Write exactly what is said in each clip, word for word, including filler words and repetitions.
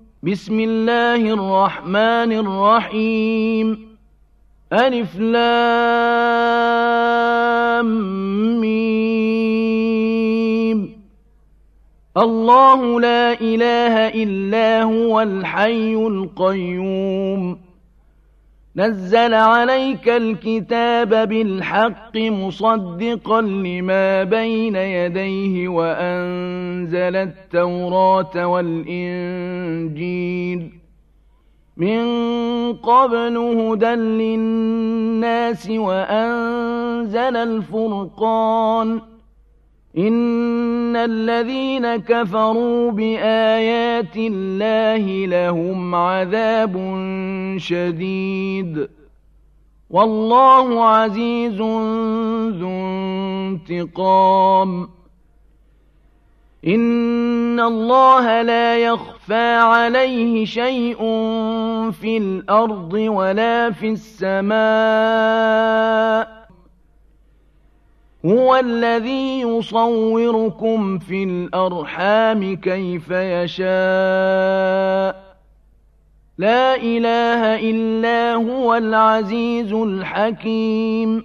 بسم الله الرحمن الرحيم ألف لام ميم الله لا إله إلا هو الحي القيوم نزل عليك الكتاب بالحق مصدقا لما بين يديه وأنزل التوراة والإنجيل من قبل هدى للناس وأنزل الفرقان إن الذين كفروا بآيات الله لهم عذاب شديد والله عزيز ذو انتقام إن الله لا يخفى عليه شيء في الأرض ولا في السماء هو الذي يصوركم في الأرحام كيف يشاء لا إله إلا هو العزيز الحكيم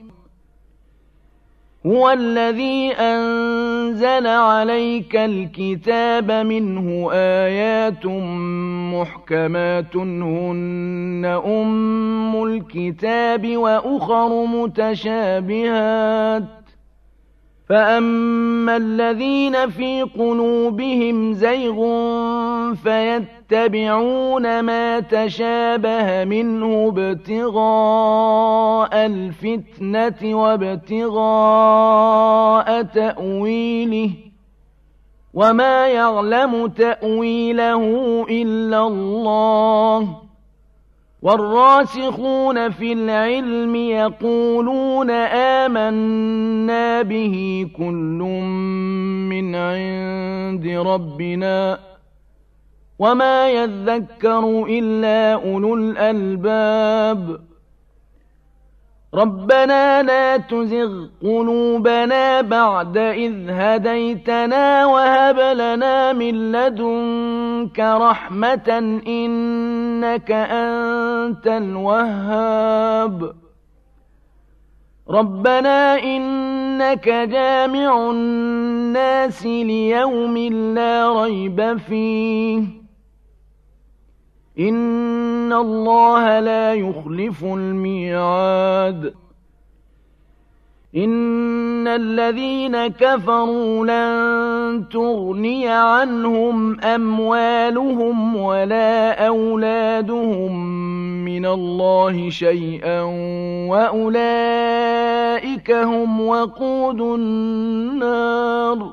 هو الذي أنزل عليك الكتاب منه آيات محكمات هن أم الكتاب وأخر متشابهات فأما الذين في قلوبهم زيغ فيتبعون ما تشابه منه ابتغاء الفتنة وابتغاء تأويله وما يعلم تأويله إلا الله والراسخون في العلم يقولون آمنا به كل من عند ربنا وما يذكر إلا أولو الألباب ربنا لا تزغ قلوبنا بعد إذ هديتنا وهب لنا من لدنك رحمة إنك أنت الوهاب ربنا إنك جامع الناس ليوم لا ريب فيه إن الله لا يخلف الميعاد إن الذين كفروا لن تغني عنهم أموالهم ولا أولادهم من الله شيئا وأولئك هم وقود النار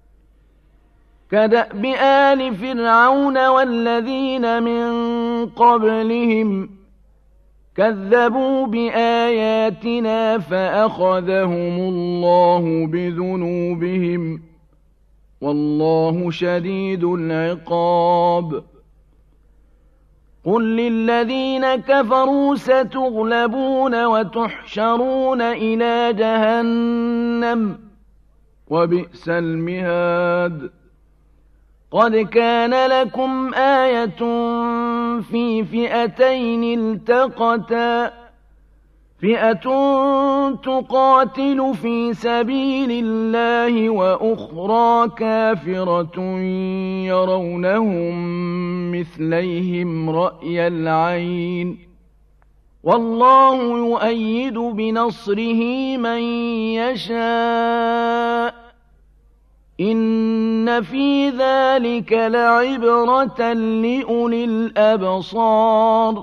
كدأب آل فرعون والذين من قبلهم كذبوا بآياتنا فأخذهم الله بذنوبهم والله شديد العقاب قل للذين كفروا ستغلبون وتحشرون إلى جهنم وبئس المهاد قد كان لكم آية في فئتين التقتا فئة تقاتل في سبيل الله وأخرى كافرة يرونهم مثليهم رأي العين والله يؤيد بنصره من يشاء إن في ذلك لعبرة لأولي الأبصار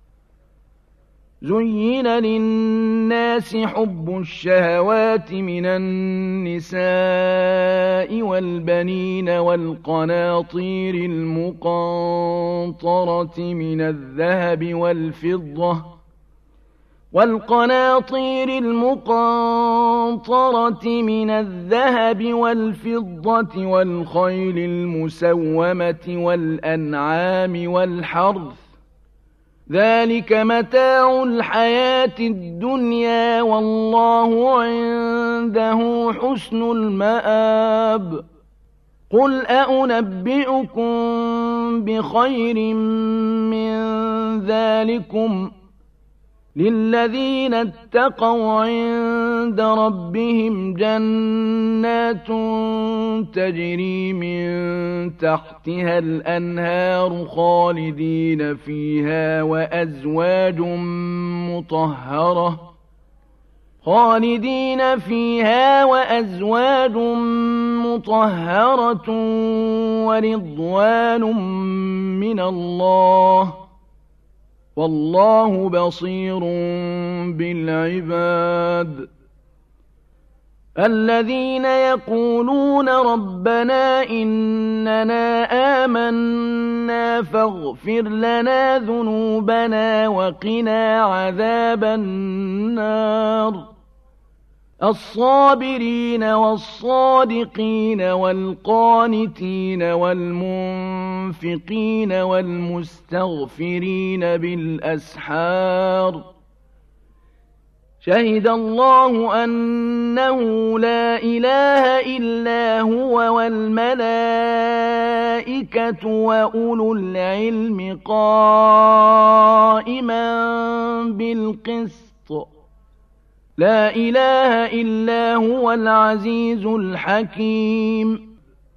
زين للناس حب الشهوات من النساء والبنين والقناطير المقنطرة من الذهب والفضة والقناطير المقنطرة من الذهب والفضة والخيل المسومة والأنعام والحرث ذلك متاع الحياة الدنيا والله عنده حسن المآب قل أأنبئكم بخير من ذلكم للذين اتقوا عند ربهم جنات تجري من تحتها الأنهار خالدين فيها وأزواج مطهرة خالدين فيها وأزواج مطهرة ورضوان من الله والله بصير بالعباد الذين يقولون ربنا إننا آمنا فاغفر لنا ذنوبنا وقنا عذاب النار الصابرين والصادقين والقانتين والمنفقين والمستغفرين بالأسحار شهد الله أنه لا إله إلا هو والملائكة وأولو العلم قائما بالقسط لا إله إلا هو العزيز الحكيم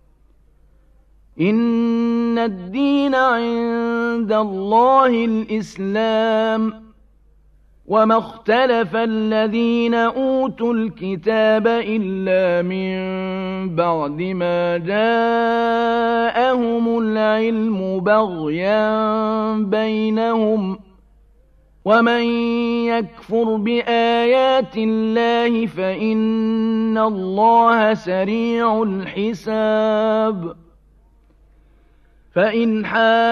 إن الدين عند الله الإسلام وما اختلف الذين أوتوا الكتاب إلا من بعد ما جاءهم العلم بغيا بينهم ومن يكفر بآيات الله فإن الله سريع الحساب فإن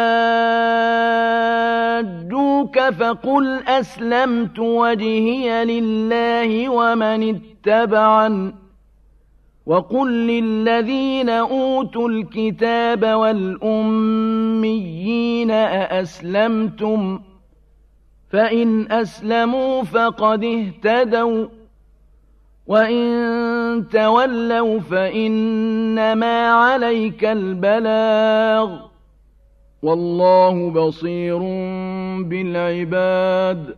حاجوك فقل أسلمت وجهي لله ومن اتبعن وقل للذين أوتوا الكتاب والأميين أأسلمتم فإن أسلموا فقد اهتدوا وإن تولوا فإنما عليك البلاغ والله بصير بالعباد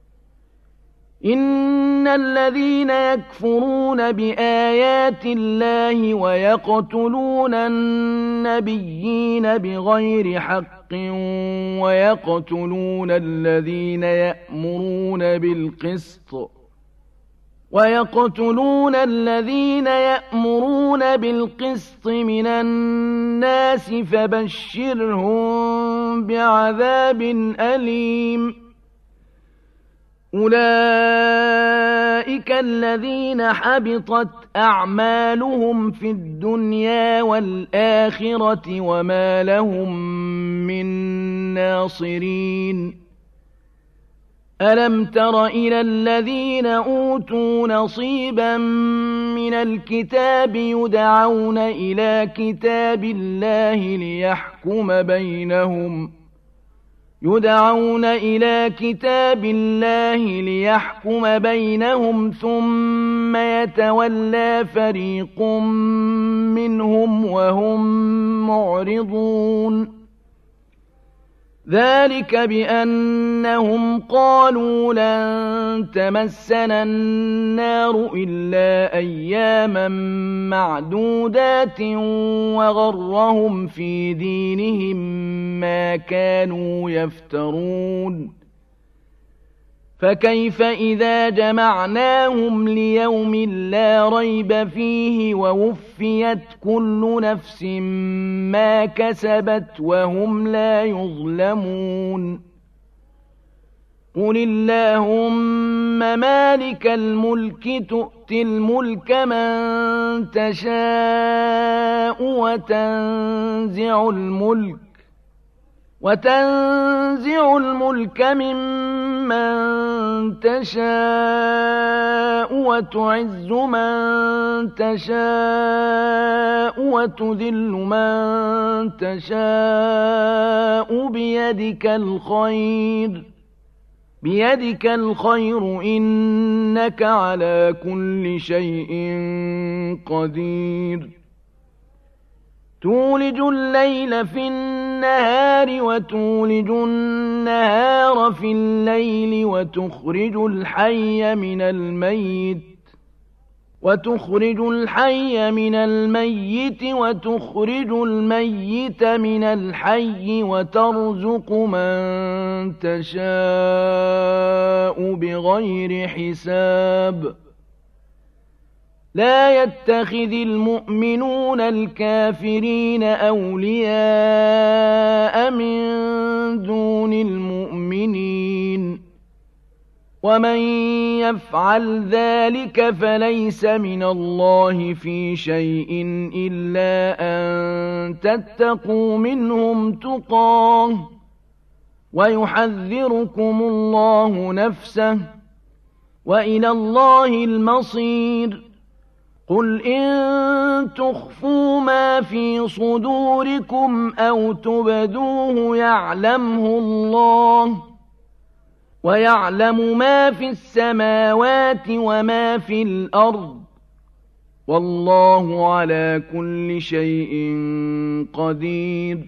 إن الذين يكفرون بآيات الله ويقتلون النبيين بغير حق ويقتلون الذين يأمرون بالقسط ويقتلون الذين يأمرون بالقسط من الناس فبشرهم بعذاب أليم أولئك الذين حبطت أعمالهم في الدنيا والآخرة وما لهم من ناصرين ألم تر إلى الذين أوتوا نصيبا من الكتاب يدعون إلى كتاب الله ليحكم بينهم يدعون إلى كتاب الله ليحكم بينهم ثم يتولى فريق منهم وهم معرضون ذلك بأنهم قالوا لن تمسنا النار إلا أياما معدودات وغرهم في دينهم ما كانوا يفترون فكيف إذا جمعناهم ليوم لا ريب فيه ووفيت كل نفس ما كسبت وهم لا يظلمون قل اللهم مالك الملك تؤتي الملك من تشاء وتنزع الملك وتنزع الملك ممن تشاء وتعز من تشاء وتذل من تشاء بيدك الخير بيدك الخير إنك على كل شيء قدير تولج الليل في النهار وتولج النهار في الليل وتخرج الحي من الميت وتخرج الحي من الميت وتخرج الميت من الحي وترزق من تشاء بغير حساب لا يتخذ المؤمنون الكافرين أولياء من دون المؤمنين ومن يفعل ذلك فليس من الله في شيء إلا أن تتقوا منهم تقاه ويحذركم الله نفسه وإلى الله المصير قل إن تخفوا ما في صدوركم أو تبدوه يعلمه الله ويعلم ما في السماوات وما في الأرض والله على كل شيء قدير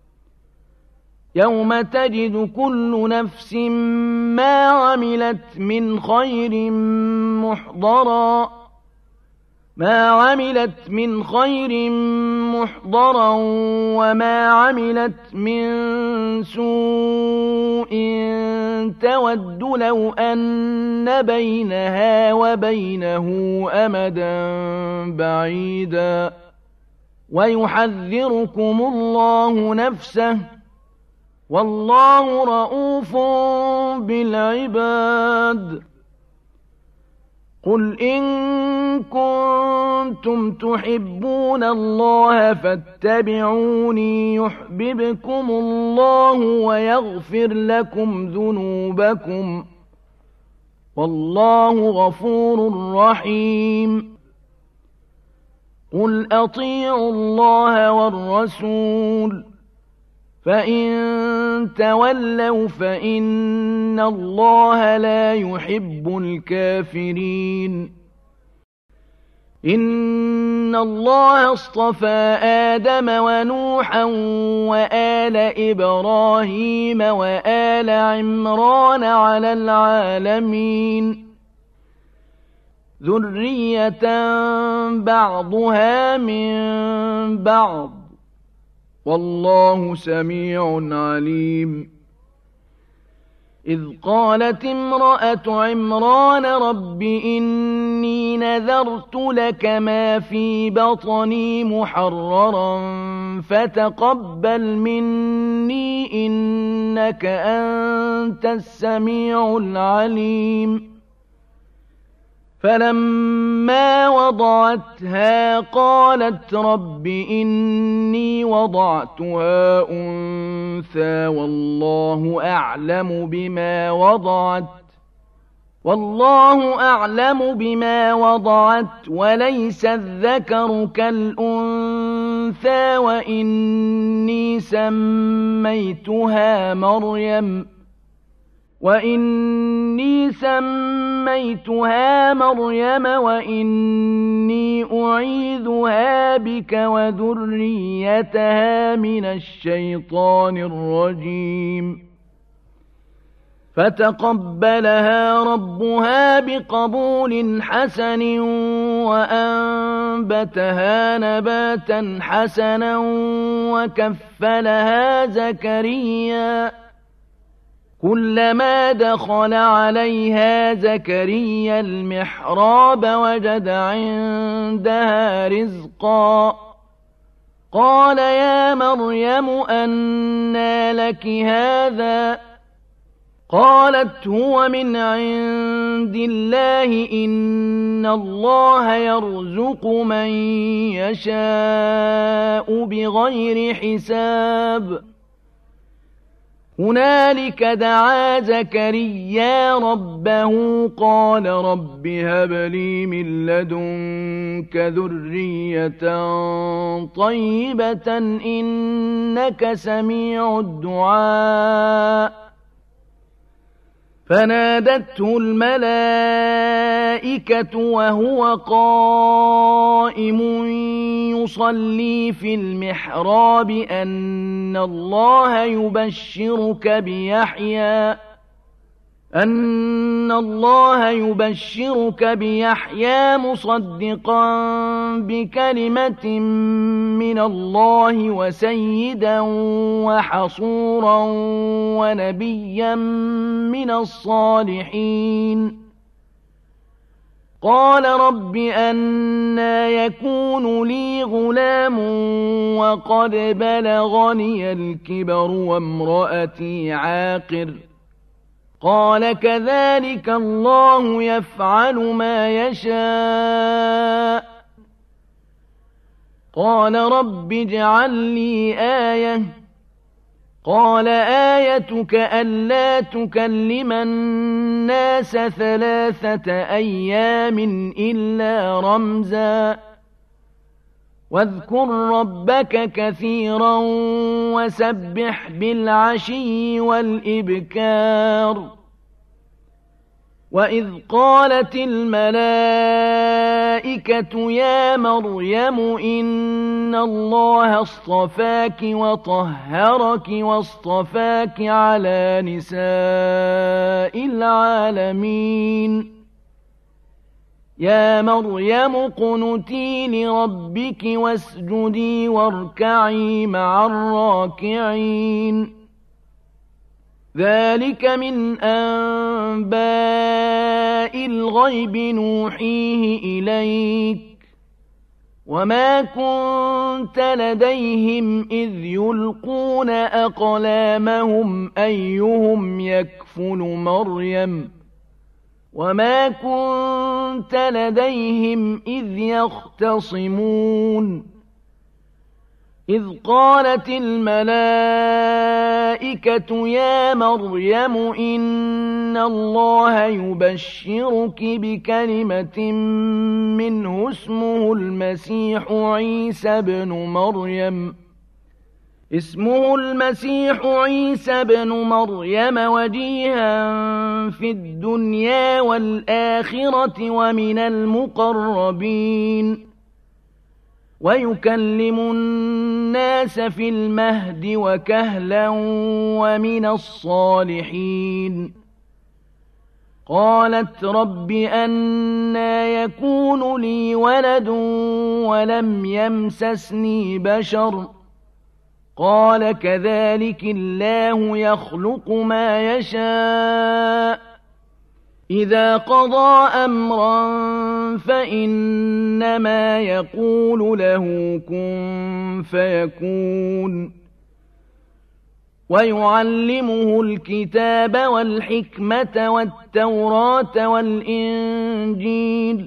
يوم تجد كل نفس ما عملت من خير محضرا ما عملت من خير محضرا وما عملت من سوء تود لو أن بينها وبينه أمدا بعيدا ويحذركم الله نفسه والله رءوف بالعباد قل إن كنتم تحبون الله فاتبعوني يحببكم الله ويغفر لكم ذنوبكم والله غفور رحيم قل أطيعوا الله والرسول فإن تولوا فإن الله لا يحب الكافرين إن الله اصطفى آدم ونوحا وآل إبراهيم وآل عمران على العالمين ذرية بعضها من بعض والله سميع عليم إذ قالت امرأة عمران رب إني نذرت لك ما في بطني محررا فتقبل مني إنك أنت السميع العليم فلما وضعتها قالت رب إني وضعتها أنثى والله أعلم بما وضعت والله أعلم بما وضعت وليس الذكر كالأنثى وإني سميتها مريم وإني سميتها مريم وإني أعيذها بك وذريتها من الشيطان الرجيم فتقبلها ربها بقبول حسن وأنبتها نباتا حسنا وكفلها زكريا كلما دخل عليها زكريا المحراب وجد عندها رزقا قال يا مريم أنى لك هذا قالت هو من عند الله إن الله يرزق من يشاء بغير حساب هنالك دعا زكريا ربه قال رب هب لي من لدنك ذرية طيبة إنك سميع الدعاء فنادته الملائكة وهو قائم يصلي في المحراب أن الله يبشرك بيحيى أن الله يبشرك بيحيى مصدقا بكلمة من الله وسيدا وحصورا ونبيا من الصالحين قال رب أنى يكون لي غلام وقد بلغني الكبر وامرأتي عاقر قال كذلك الله يفعل ما يشاء قال رب اجعل لي آية قال آيتك ألا تكلم الناس ثلاثة أيام إلا رمزا واذكر ربك كثيرا وسبح بالعشي والإبكار وإذ قالت الملائكة يا مريم إن الله اصطفاك وطهرك واصطفاك على نساء العالمين يا مريم اقنتي لربك واسجدي واركعي مع الراكعين ذلك من أنباء الغيب نوحيه إليك وما كنت لديهم إذ يلقون أقلامهم أيهم يكفل مريم وما كنت لديهم إذ يختصمون إذ قالت الملائكة يا مريم إن الله يبشرك بكلمة منه اسمه المسيح عيسى بن مريم اسمه المسيح عيسى بن مريم وجيها في الدنيا والآخرة ومن المقربين ويكلم الناس في المهد وكهلا ومن الصالحين قالت رب أنى يكون لي ولد ولم يمسسني بشر قال كذلك الله يخلق ما يشاء إذا قضى أمرا فإنما يقول له كن فيكون ويعلمه الكتاب والحكمة والتوراة والإنجيل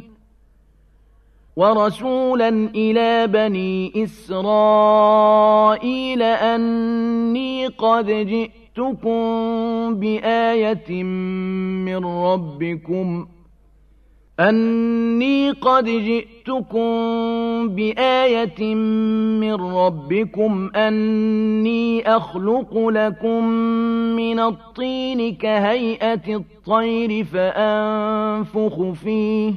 ورسولا إلى بني إسرائيل أني قد جئتكم بآية من ربكم أني قد جئتكم بآية من ربكم أني أخلق لكم من الطين كهيئة الطير فأنفخ فيه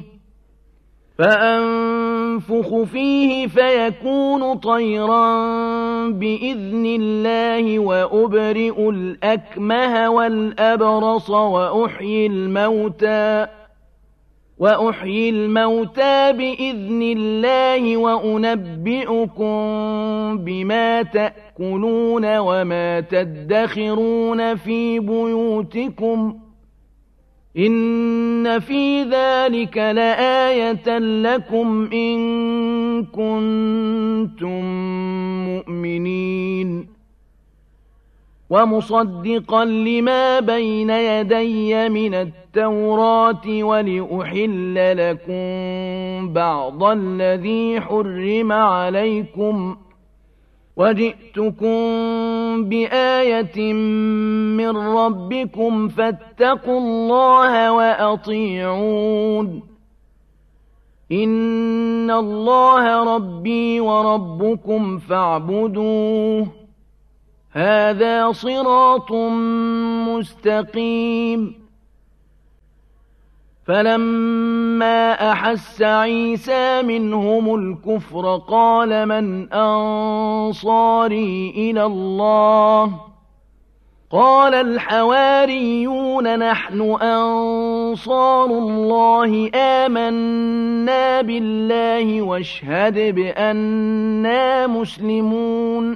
فأنفخ فيه فيكون طيرا بإذن الله وأبرئ الأكمه والأبرص وأحيي الموتى وأحيي الموتى بإذن الله وأنبئكم بما تأكلون وما تدخرون في بيوتكم إن في ذلك لآية لكم إن كنتم مؤمنين ومصدقا لما بين يدي من التوراة ولأحل لكم بعض الذي حرم عليكم وجئتكم بآية من ربكم فاتقوا الله وأطيعون إن الله ربي وربكم فاعبدوه هذا صراط مستقيم فلما أحس عيسى منهم الكفر قال من أنصاري إلى الله قال الحواريون نحن أنصار الله آمنا بالله واشهد بأننا مسلمون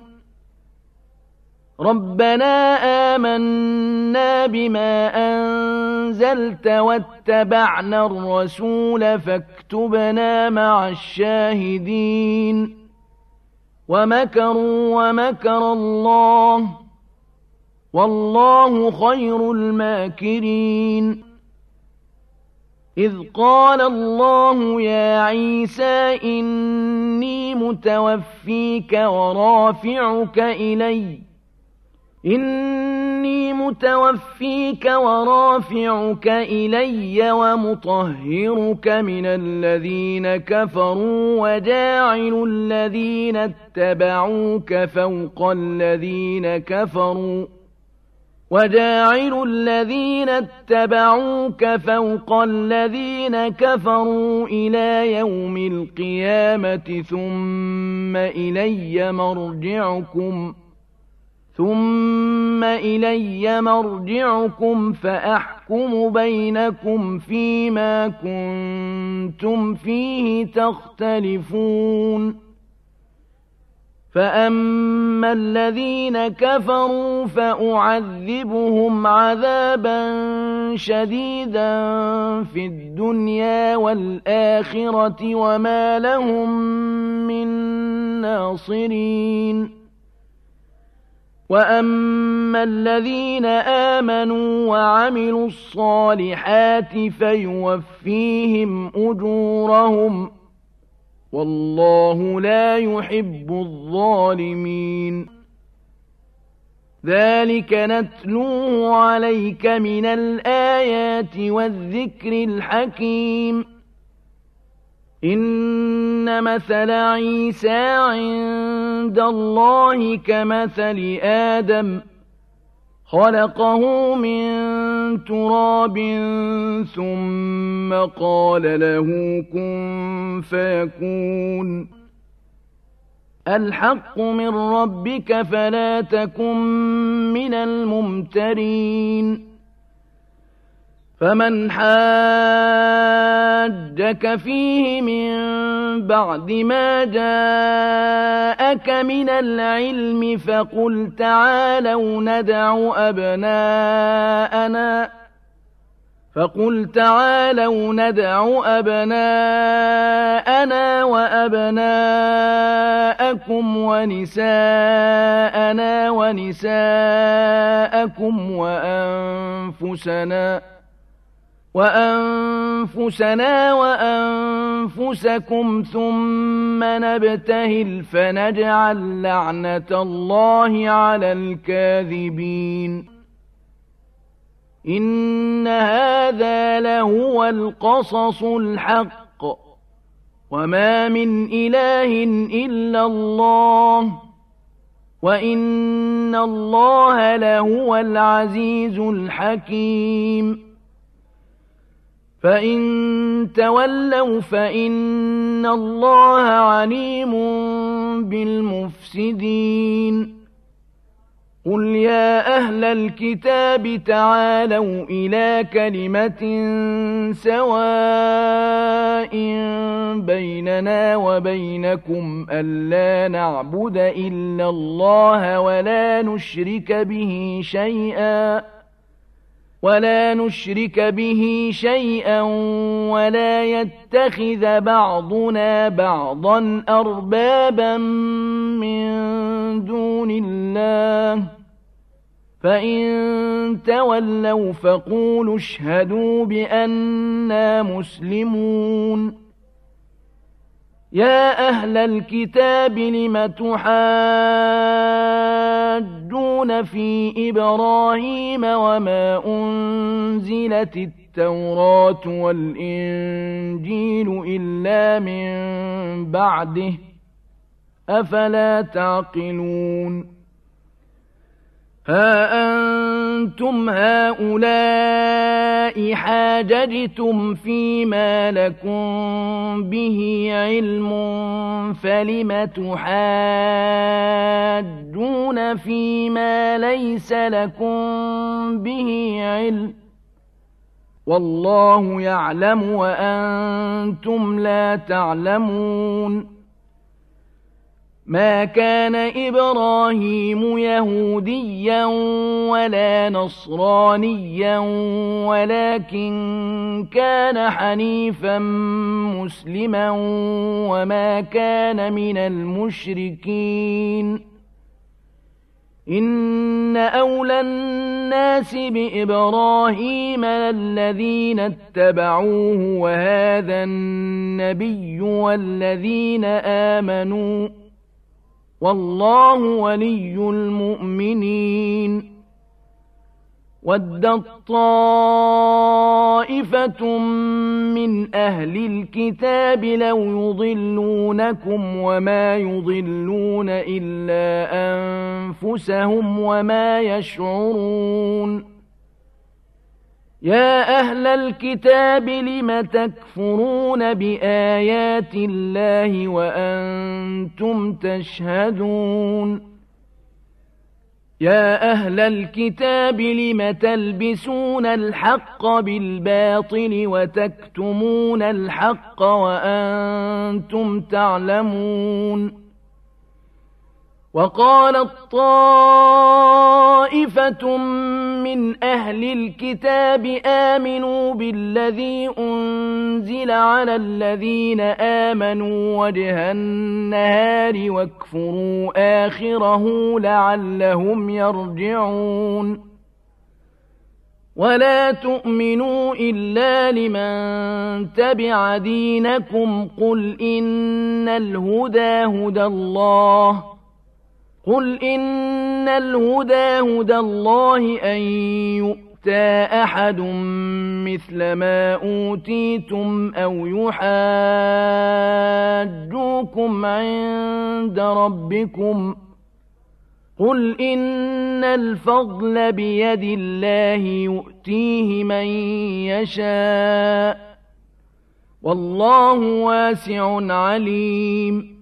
ربنا آمنا بما أنزلت واتبعنا الرسول فاكتبنا مع الشاهدين ومكروا ومكر الله والله خير الماكرين إذ قال الله يا عيسى إني متوفيك ورافعك إلي إني متوفيك ورافعك إلي ومطهرك من الذين كفروا وجاعل الذين اتبعوك فوق الذين كفروا وجاعل الذين اتبعوك فوق الذين كفروا إلى يوم القيامة ثم إلي مرجعكم ثم إلي مرجعكم فأحكم بينكم فيما كنتم فيه تختلفون فأما الذين كفروا فأعذبهم عذابا شديدا في الدنيا والآخرة وما لهم من ناصرين وأما الذين آمنوا وعملوا الصالحات فيوفيهم أجورهم والله لا يحب الظالمين ذلك نتلوه عليك من الآيات والذكر الحكيم إن مثل عيسى عند الله كمثل آدم خلقه من تراب ثم قال له كن فيكون الحق من ربك فلا تكن من الممترين فمن حاجك فيه من بعد ما جاءك من العلم فقل تعالوا ندع أبناءنا فقل تعالوا ندع أبناءنا وأبناءكم ونساءنا ونساءكم وأنفسنا وأنفسنا وأنفسكم ثم نبتهل فنجعل لعنة الله على الكاذبين إن هذا لهو القصص الحق وما من إله إلا الله وإن الله لهو العزيز الحكيم فإن تولوا فإن الله عليم بالمفسدين قل يا أهل الكتاب تعالوا إلى كلمة سواء بيننا وبينكم ألا نعبد إلا الله ولا نشرك به شيئا ولا نشرك به شيئا ولا يتخذ بعضنا بعضا أربابا من دون الله فإن تولوا فقولوا اشهدوا بأننا مسلمون يا أهل الكتاب لم تحاجون في إبراهيم وما أنزلت التوراة والإنجيل إلا من بعده أفلا تعقلون ها أنتم هؤلاء حاججتم فيما لكم به علم فلم تحاجون فيما ليس لكم به علم والله يعلم وأنتم لا تعلمون ما كان إبراهيم يهوديا ولا نصرانيا ولكن كان حنيفا مسلما وما كان من المشركين إن أولى الناس بإبراهيم الذين اتبعوه وهذا النبي والذين آمنوا والله ولي المؤمنين ودت طائفة من أهل الكتاب لو يضلونكم وما يضلون إلا أنفسهم وما يشعرون يا أهل الكتاب لم تكفرون بآيات الله وأنتم تشهدون يا أهل الكتاب لم تلبسون الحق بالباطل وتكتمون الحق وأنتم تعلمون وقالت طائفة من أهل الكتاب آمنوا بالذي أنزل على الذين آمنوا وجه النهار واكفروا آخره لعلهم يرجعون ولا تؤمنوا إلا لمن تبع دينكم قل إن الهدى هدى الله قل إن الهدى هدى الله أن يؤتى أحد مثل ما أوتيتم أو يحاجوكم عند ربكم قل إن الفضل بيد الله يؤتيه من يشاء والله واسع عليم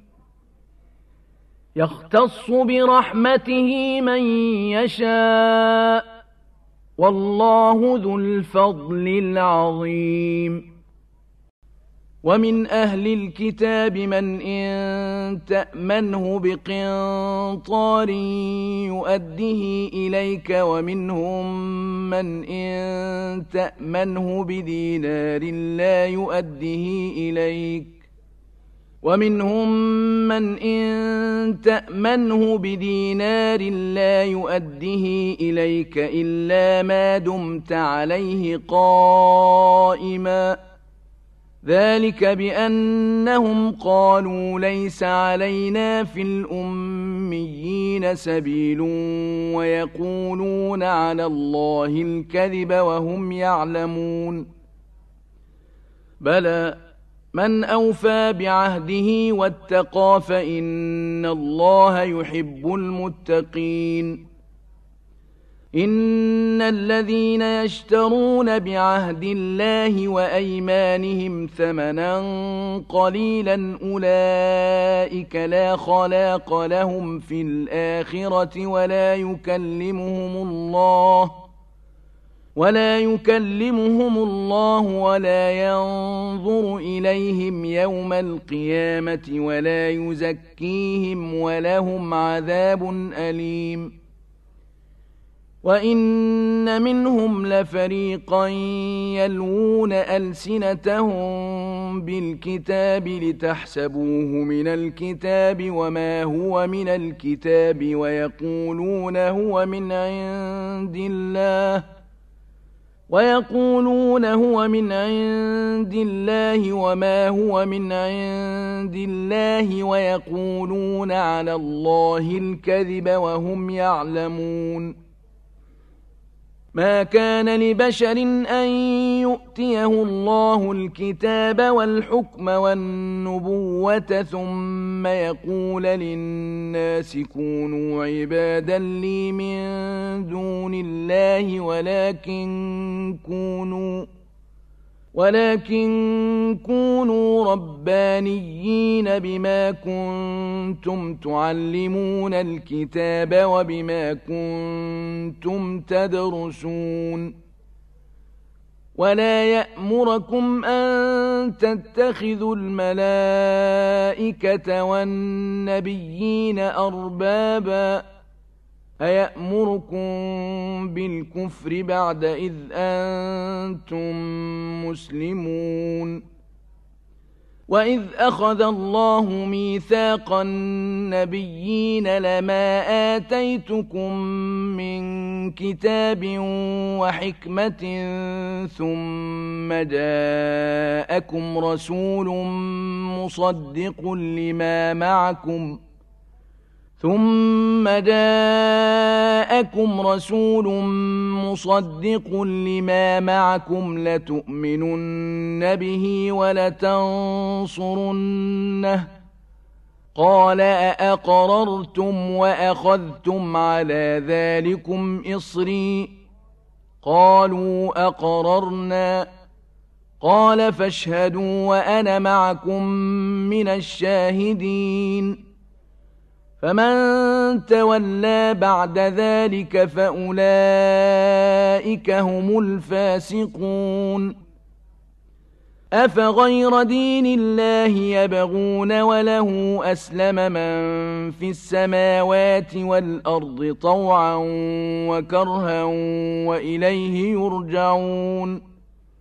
يختص برحمته من يشاء والله ذو الفضل العظيم ومن أهل الكتاب من إن تأمنه بقنطار يؤده إليك ومنهم من إن تأمنه بدينار لا يؤده إليك ومنهم من إن تأمنه بدينار لا يؤده إليك إلا ما دمت عليه قائما ذلك بأنهم قالوا ليس علينا في الأميين سبيل ويقولون على الله الكذب وهم يعلمون بلى من أوفى بعهده واتقى فإن الله يحب المتقين إن الذين يشترون بعهد الله وأيمانهم ثمنا قليلا أولئك لا خلاق لهم في الآخرة ولا يكلمهم الله ولا يكلمهم الله ولا ينظر إليهم يوم القيامة ولا يزكيهم ولهم عذاب أليم وإن منهم لفريقا يلوون ألسنتهم بالكتاب لتحسبوه من الكتاب وما هو من الكتاب ويقولون هو من عند الله ويقولون هو من عند الله وما هو من عند الله ويقولون على الله الكذب وهم يعلمون ما كان لبشر أن يؤتيه الله الكتاب والحكم والنبوة ثم يقول للناس كونوا عبادا لي من دون الله الله ولكن كونوا ولكن كونوا ربانيين بما كنتم تعلمون الكتاب وبما كنتم تدرسون ولا يأمركم أن تتخذوا الملائكة والنبيين أربابا أيأمركم بالكفر بعد إذ أنتم مسلمون وإذ أخذ الله ميثاق النبيين لما آتيتكم من كتاب وحكمة ثم جاءكم رسول مصدق لما معكم ثم جاءكم رسول مصدق لما معكم لتؤمنن به ولتنصرنه قال أأقررتم وأخذتم على ذلكم إصري قالوا أقررنا قال فاشهدوا وأنا معكم من الشاهدين فمن تولى بعد ذلك فأولئك هم الفاسقون أفغير دين الله يبغون وله أسلم من في السماوات والأرض طوعا وكرها وإليه يرجعون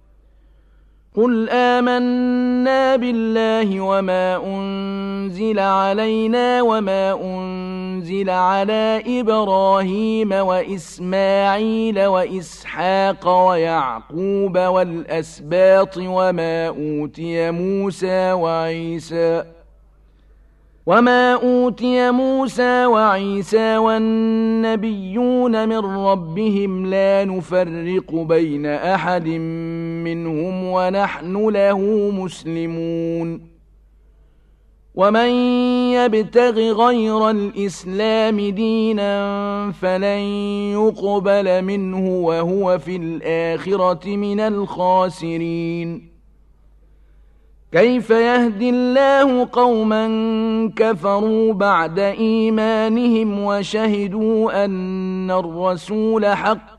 قل آمنا بالله وما أنزل علينا وما أنزل على إبراهيم وإسماعيل وإسحاق ويعقوب والأسباط وما أوتي موسى وعيسى وما أوتي موسى وعيسى والنبيون من ربهم لا نفرق بين أحد منهم ونحن له مسلمون ومن يبتغ غير الإسلام دينا فلن يقبل منه وهو في الآخرة من الخاسرين كيف يهدي الله قوما كفروا بعد إيمانهم وشهدوا أن الرسول حق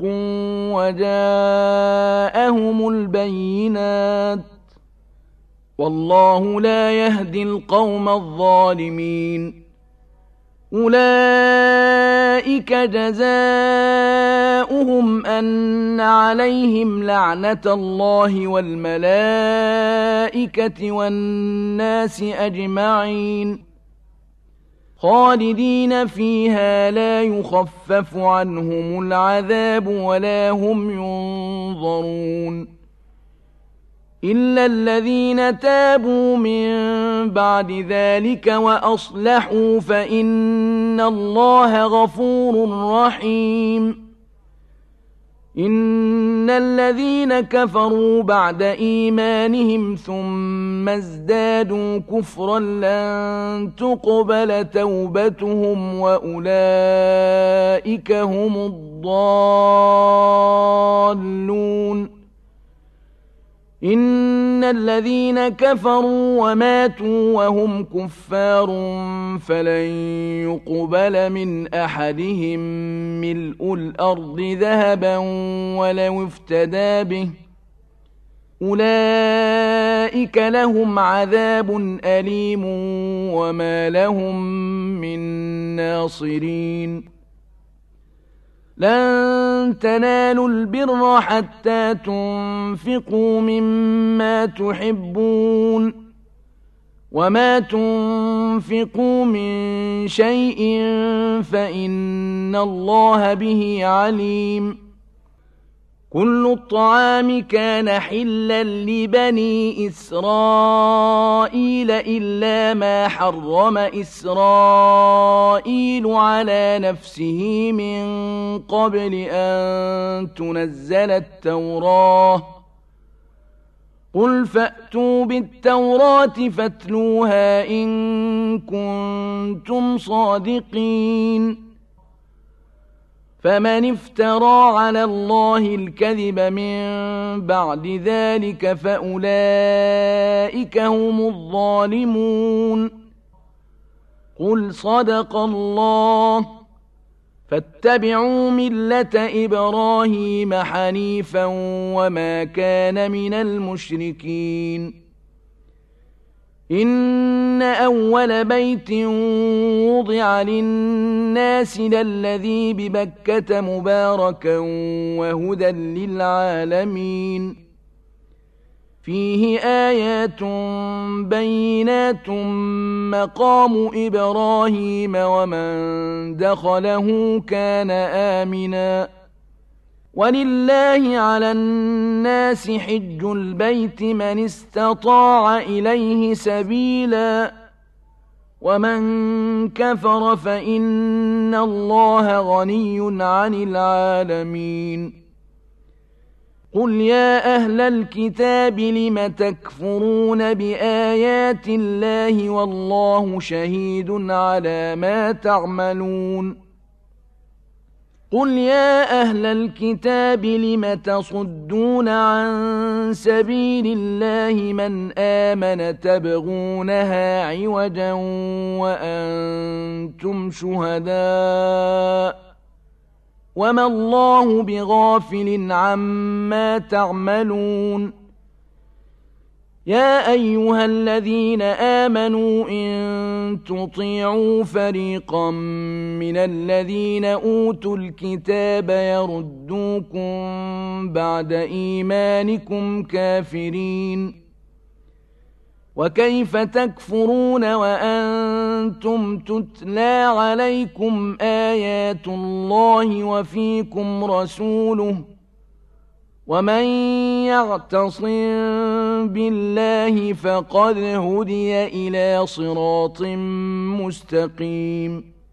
وجاءهم البينات والله لا يهدي القوم الظالمين أولئك جزاؤهم أن عليهم لعنة الله والملائكة والناس أجمعين خالدين فيها لا يخفف عنهم العذاب ولا هم ينظرون إلا الذين تابوا من بعد ذلك وأصلحوا فإن الله غفور رحيم إن الذين كفروا بعد إيمانهم ثم ازدادوا كفرا لن تقبل توبتهم وأولئك هم الضالون إن الذين كفروا وماتوا وهم كفار فلن يقبل من أحدهم ملء الأرض ذهبا ولو افتدى به أولئك لهم عذاب أليم وما لهم من ناصرين لن تنالوا البر حتى تنفقوا مما تحبون وما تنفقوا من شيء فإن الله به عليم كل الطعام كان حلا لبني إسرائيل إلا ما حرم إسرائيل على نفسه من قبل أن تنزل التوراة قل فأتوا بالتوراة فاتلوها إن كنتم صادقين فمن افترى على الله الكذب من بعد ذلك فأولئك هم الظالمون. قل صدق الله. فاتبعوا ملة إبراهيم حنيفا وما كان من المشركين. إن أول بيت وضع للناس للذي ببكة مباركا وهدى للعالمين. فيه آيات بينات مقام إبراهيم ومن دخله كان آمنا. ولله على الناس حج البيت من استطاع إليه سبيلا ومن كفر فإن الله غني عن العالمين. قل يا أهل الكتاب لم تكفرون بآيات الله والله شهيد على ما تعملون. قل يا أهل الكتاب لم تصدون عن سبيل الله من آمن تبغونها عوجا وأنتم شهداء وما الله بغافل عما تعملون. يا أيها الذين آمنوا إن تطيعوا فريقا من الذين أوتوا الكتاب يردوكم بعد إيمانكم كافرين. وكيف تكفرون وأنتم تتلى عليكم آيات الله وفيكم رسوله ومن يعتصم بالله فقد هدي إلى صراط مستقيم.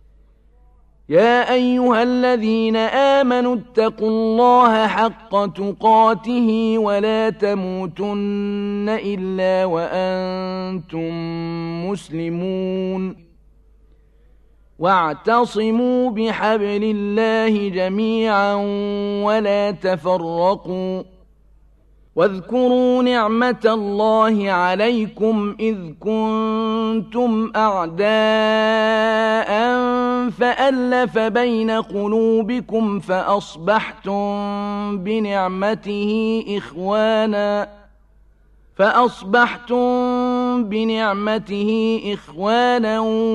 يا أيها الذين آمنوا اتقوا الله حق تقاته ولا تموتن إلا وأنتم مسلمون. واعتصموا بحبل الله جميعا ولا تفرقوا. واذكروا نعمة الله عليكم إذ كنتم أعداء فألف بين قلوبكم فأصبحتم بنعمته إخوانا فأصبحتم بنعمته إخوانا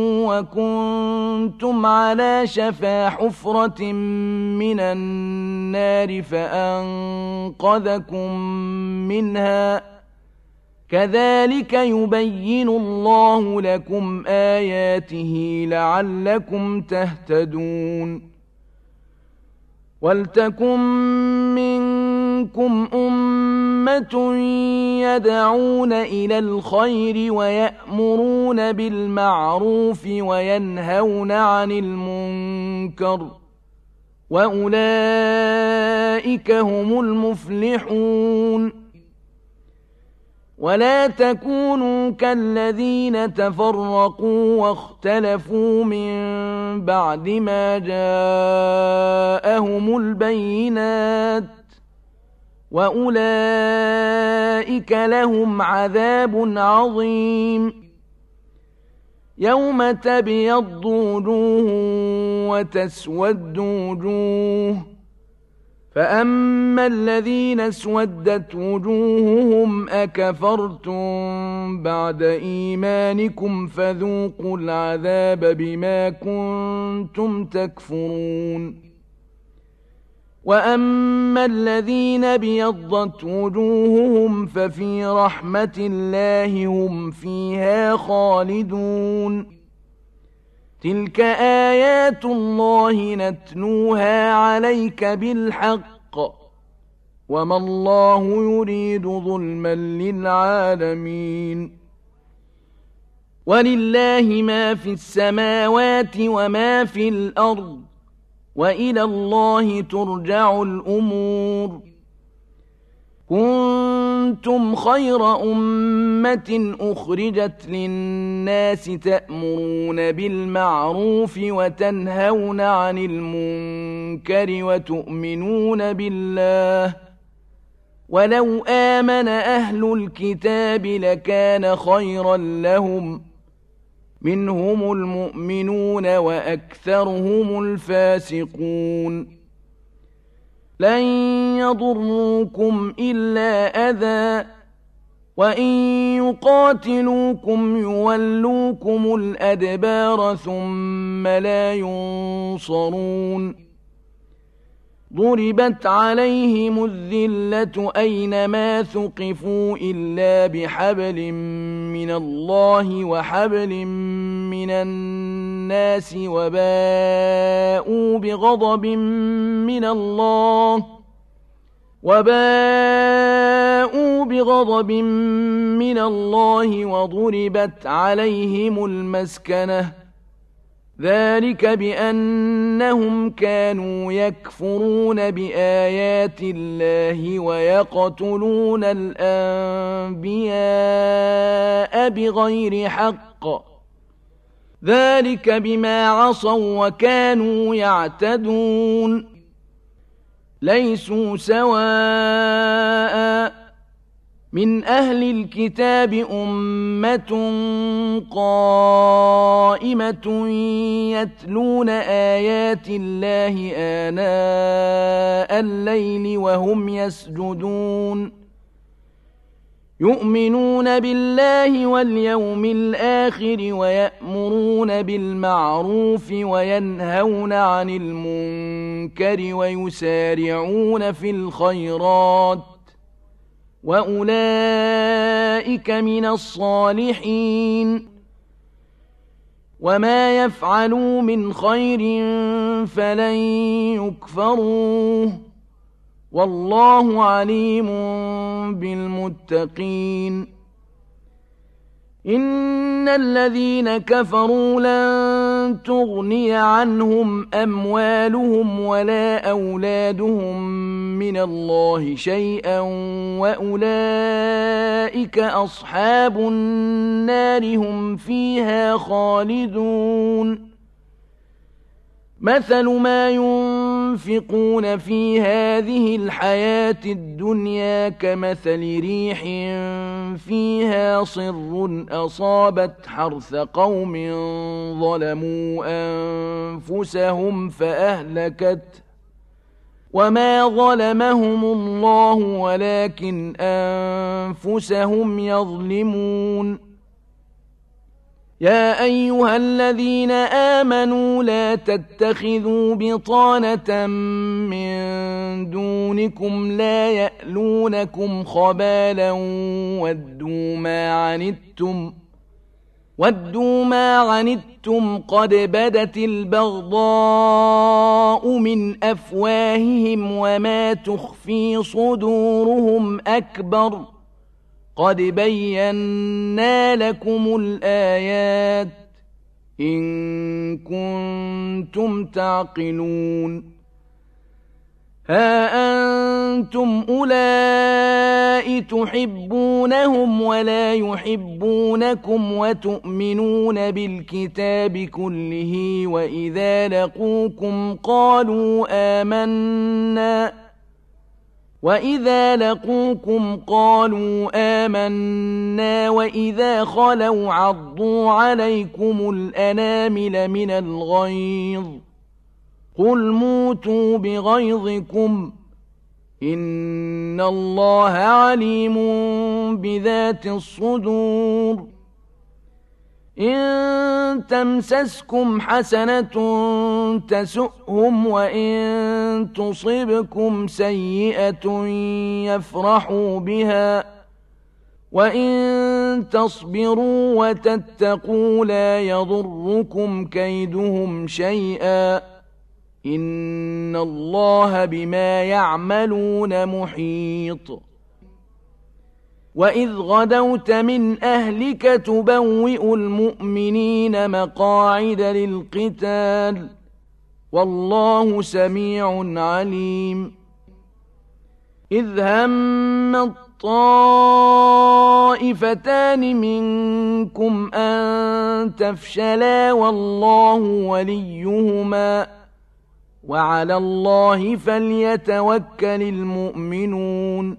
وكنتم على شفا حفرة من النار فأنقذكم منها. كذلك يبين الله لكم آياته لعلكم تهتدون. ولتكن منكم أمة يدعون إلى الخير ويأمرون بالمعروف وينهون عن المنكر وأولئك هم المفلحون. ولا تكونوا كالذين تفرقوا واختلفوا من بعد ما جاءهم البينات وأولئك لهم عذاب عظيم. يوم تبيض وجوه وتسود وجوه فأما الذين اسودت وجوههم أكفرتم بعد إيمانكم فذوقوا العذاب بما كنتم تكفرون. وأما الذين ابيضت وجوههم ففي رحمة الله هم فيها خالدون. تلك آيات الله نتلوها عليك بالحق وما الله يريد ظلما للعالمين. ولله ما في السماوات وما في الأرض وإلى الله ترجع الأمور. كنتم كنتم خير أمة أخرجت للناس تأمرون بالمعروف وتنهون عن المنكر وتؤمنون بالله ولو آمن أهل الكتاب لكان خيرا لهم منهم المؤمنون وأكثرهم الفاسقون لن يضروكم إلا أذى وإن يقاتلوكم يولوكم الأدبار ثم لا ينصرون ضربت عليهم الذلة أينما ثقفوا إلا بحبل من الله وحبل من الناس وباءوا بغضب من الله وباءوا بغضب من الله وضربت عليهم المسكنة ذلك بأنهم كانوا يكفرون بآيات الله ويقتلون الأنبياء بغير حق ذلك بما عصوا وكانوا يعتدون ليسوا سواء من أهل الكتاب أمة قائمة يتلون آيات الله آناء الليل وهم يسجدون يؤمنون بالله واليوم الآخر ويأمرون بالمعروف وينهون عن المنكر ويسارعون في الخيرات وأولئك من الصالحين وما يفعلوا من خير فلن يكفروه والله عليم بالمتقين إن الذين كفروا لن تغني عنهم أموالهم ولا أولادهم من الله شيئا وأولئك أصحاب النار هم فيها خالدون مثل ما ينفقون في هذه الحياة الدنيا كمثل ريح فيها صر أصابت حرث قوم ظلموا أنفسهم فأهلكت وما ظلمهم الله ولكن أنفسهم يظلمون يا أيها الذين آمنوا لا تتخذوا بطانة من دونكم لا يألونكم خبالا ودوا ما عنتم ودوا ما عنتم قد بدت البغضاء من أفواههم وما تخفي صدورهم أكبر قد بينا لكم الآيات إن كنتم تعقلون ها أنتم أولئك تحبونهم ولا يحبونكم وتؤمنون بالكتاب كله وإذا لقوكم قالوا آمنا وإذا لقوكم قالوا آمنا وإذا خلوا عضوا عليكم الأنامل من الغيظ قل موتوا بغيظكم إن الله عليم بذات الصدور إن تمسسكم حسنة تسؤهم وإن تصبكم سيئة يفرحوا بها وإن تصبروا وتتقوا لا يضركم كيدهم شيئا إن الله بما يعملون محيط وإذ غدوت من أهلك تبوئ المؤمنين مقاعد للقتال والله سميع عليم إذ همت الطائفتان منكم أن تفشلا والله وليهما وعلى الله فليتوكل المؤمنون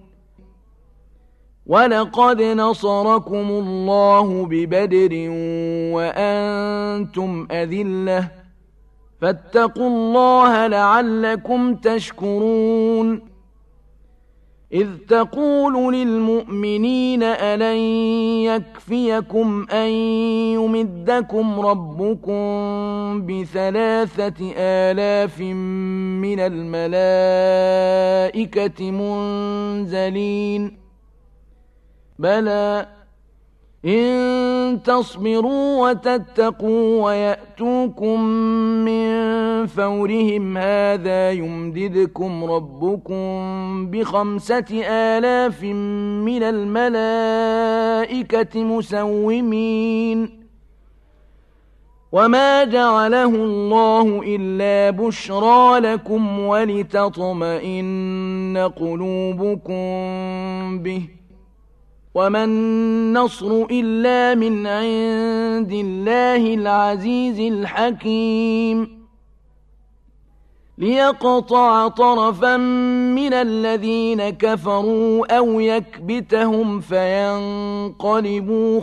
ولقد نصركم الله ببدر وأنتم أذلة فاتقوا الله لعلكم تشكرون إذ تقول للمؤمنين ألن يكفيكم أن يمدكم ربكم بثلاثة آلاف من الملائكة منزلين بلى إن تصبروا وتتقوا ويأتوكم من فورهم هذا يمددكم ربكم بخمسة آلاف من الملائكة مسومين وما جعله الله إلا بشرى لكم ولتطمئن قلوبكم به وما النصر إلا من عند الله العزيز الحكيم ليقطع طرفا من الذين كفروا أو يكبتهم فينقلبوا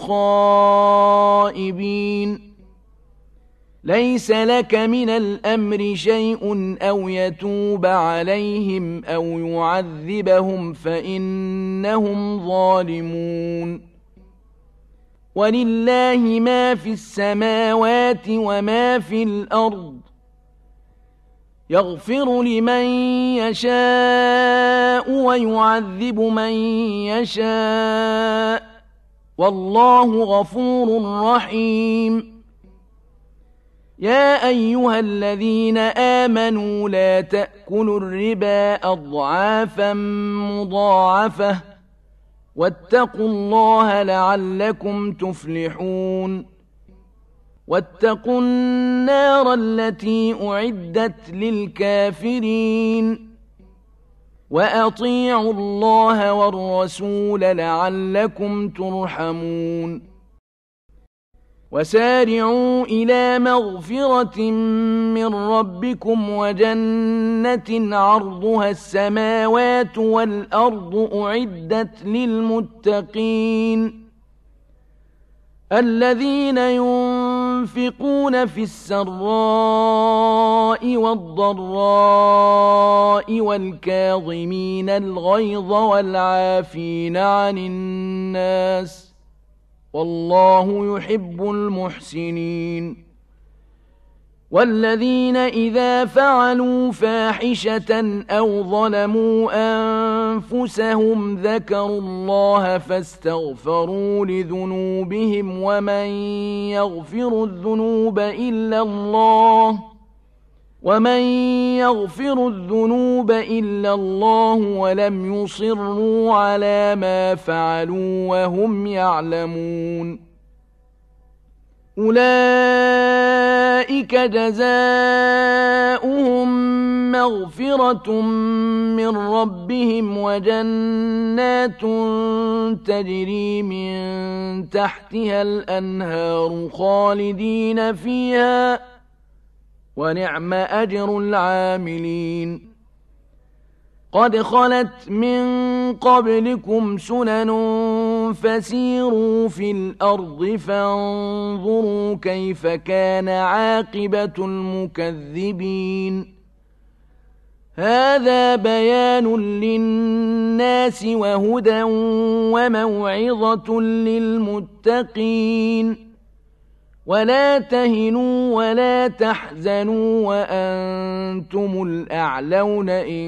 خائبين ليس لك من الأمر شيء أو يتوب عليهم أو يعذبهم فإنهم ظالمون ولله ما في السماوات وما في الأرض يغفر لمن يشاء ويعذب من يشاء والله غفور رحيم يا أيها الذين آمنوا لا تأكلوا الربا أضعافا مضاعفة واتقوا الله لعلكم تفلحون واتقوا النار التي أعدت للكافرين وأطيعوا الله والرسول لعلكم ترحمون وسارعوا إلى مغفرة من ربكم وجنة عرضها السماوات والأرض أعدت للمتقين الذين ينفقون في السراء والضراء والكاظمين الغيظ والعافين عن الناس والله يحب المحسنين والذين إذا فعلوا فاحشة أو ظلموا أنفسهم ذكروا الله فاستغفروا لذنوبهم ومن يغفر الذنوب إلا الله ومن يغفر الذنوب إلا الله ولم يصروا على ما فعلوا وهم يعلمون أولئك جزاؤهم مغفرة من ربهم وجنات تجري من تحتها الأنهار خالدين فيها ونعم أجر العاملين قد خلت من قبلكم سنن فسيروا في الأرض فانظروا كيف كان عاقبة المكذبين هذا بيان للناس وهدى وموعظة للمتقين ولا تهنوا ولا تحزنوا وأنتم الأعلون إن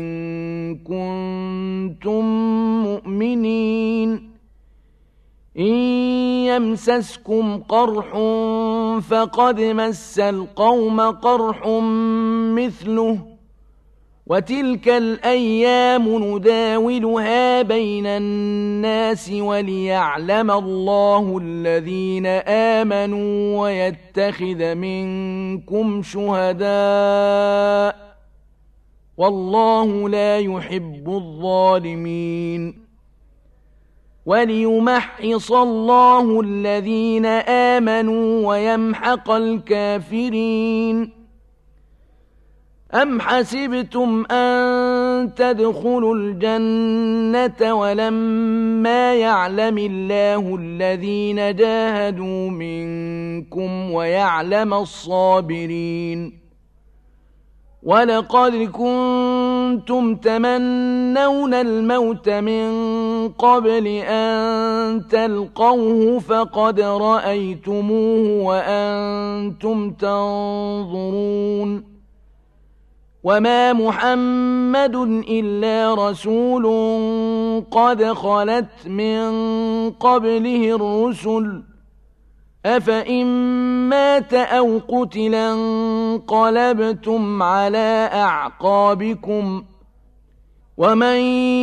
كنتم مؤمنين إن يمسسكم قرح فقد مس القوم قرح مثله وتلك الأيام نداولها بين الناس وليعلم الله الذين آمنوا ويتخذ منكم شهداء والله لا يحب الظالمين وليمحص الله الذين آمنوا ويمحق الكافرين. أم حسبتم أن تدخلوا الجنة ولما يعلم الله الذين جاهدوا منكم ويعلم الصابرين؟ ولقد كنتم تمنون الموت من قبل أن تلقوه فقد رأيتموه وأنتم تنظرون. وما محمد إلا رسول قد خلت من قبله الرسل أفإن مات أو قتل انقلبتم على أعقابكم ومن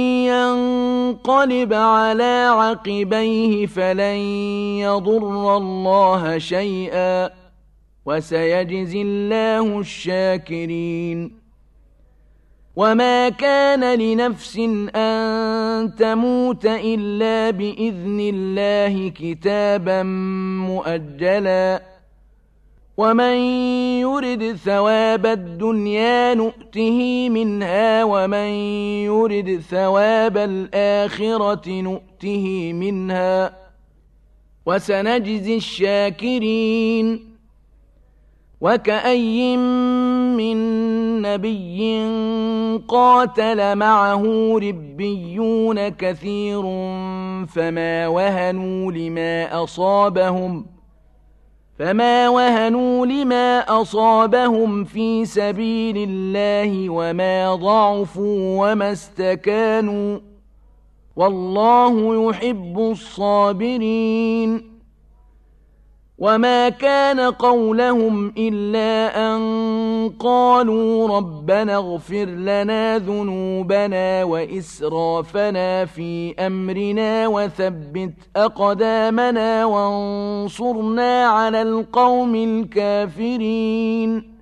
ينقلب على عقبيه فلن يضر الله شيئا وسيجزي الله الشاكرين. وما كان لنفس أن تموت إلا بإذن الله كتابا مؤجلا ومن يرد ثواب الدنيا نؤته منها ومن يرد ثواب الآخرة نؤته منها وسنجزي الشاكرين. وكأي من نبي قاتل معه ربيون كثير فما وهنوا لما أصابهم فما وهنوا لما أصابهم في سبيل الله وما ضعفوا وما استكانوا والله يحب الصابرين. وما كان قولهم إلا أن قالوا ربنا اغفر لنا ذنوبنا وإسرافنا في أمرنا وثبت أقدامنا وانصرنا على القوم الكافرين.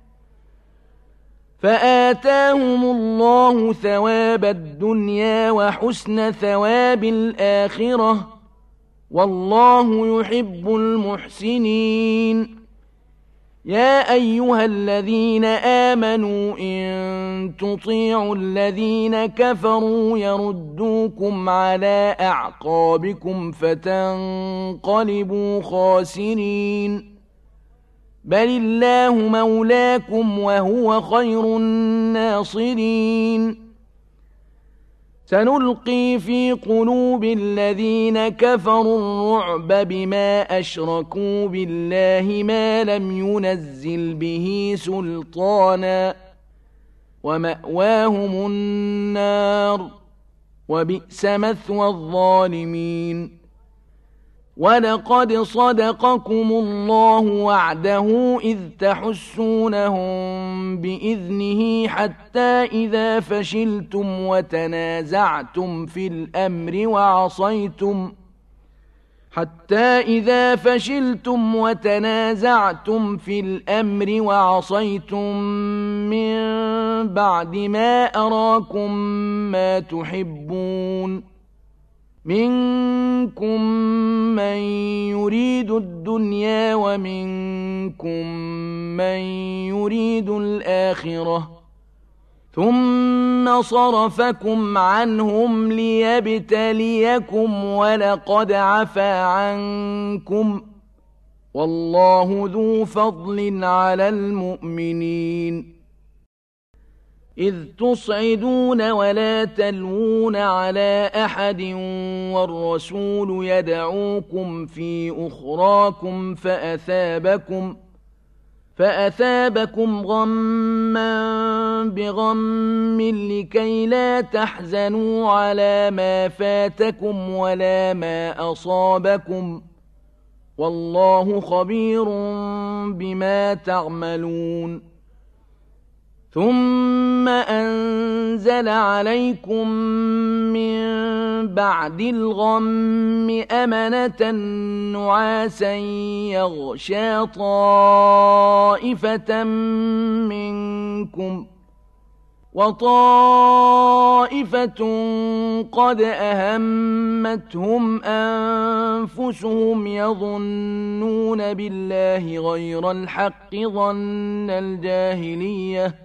فآتاهم الله ثواب الدنيا وحسن ثواب الآخرة والله يحب المحسنين. يا أيها الذين آمنوا إن تطيعوا الذين كفروا يردوكم على أعقابكم فتنقلبوا خاسرين. بل الله مولاكم وهو خير الناصرين. سنلقي في قلوب الذين كفروا الرعب بما أشركوا بالله ما لم ينزل به سلطانا ومأواهم النار وبئس مثوى الظالمين. ولقد صدقكم الله وعده إذ تحسونهم بإذنه حتى إذا فشلتم وتنازعتم في الأمر وعصيتم حتى إذا فشلتم وتنازعتم في الأمر وعصيتم من بعد ما أراكم ما تحبون منكم من يريد الدنيا ومنكم من يريد الآخرة ثم صرفكم عنهم ليبتليكم ولقد عفا عنكم والله ذو فضل على المؤمنين. إذ تصعدون ولا تلوون على أحد والرسول يدعوكم في أخراكم فأثابكم فأثابكم غما بغم لكي لا تحزنوا على ما فاتكم ولا ما أصابكم والله خبير بما تعملون. ثم أنزل عليكم من بعد الغم أمنة نعاسا يغشى طائفة منكم وطائفة قد أهمتهم أنفسهم يظنون بالله غير الحق ظن الجاهلية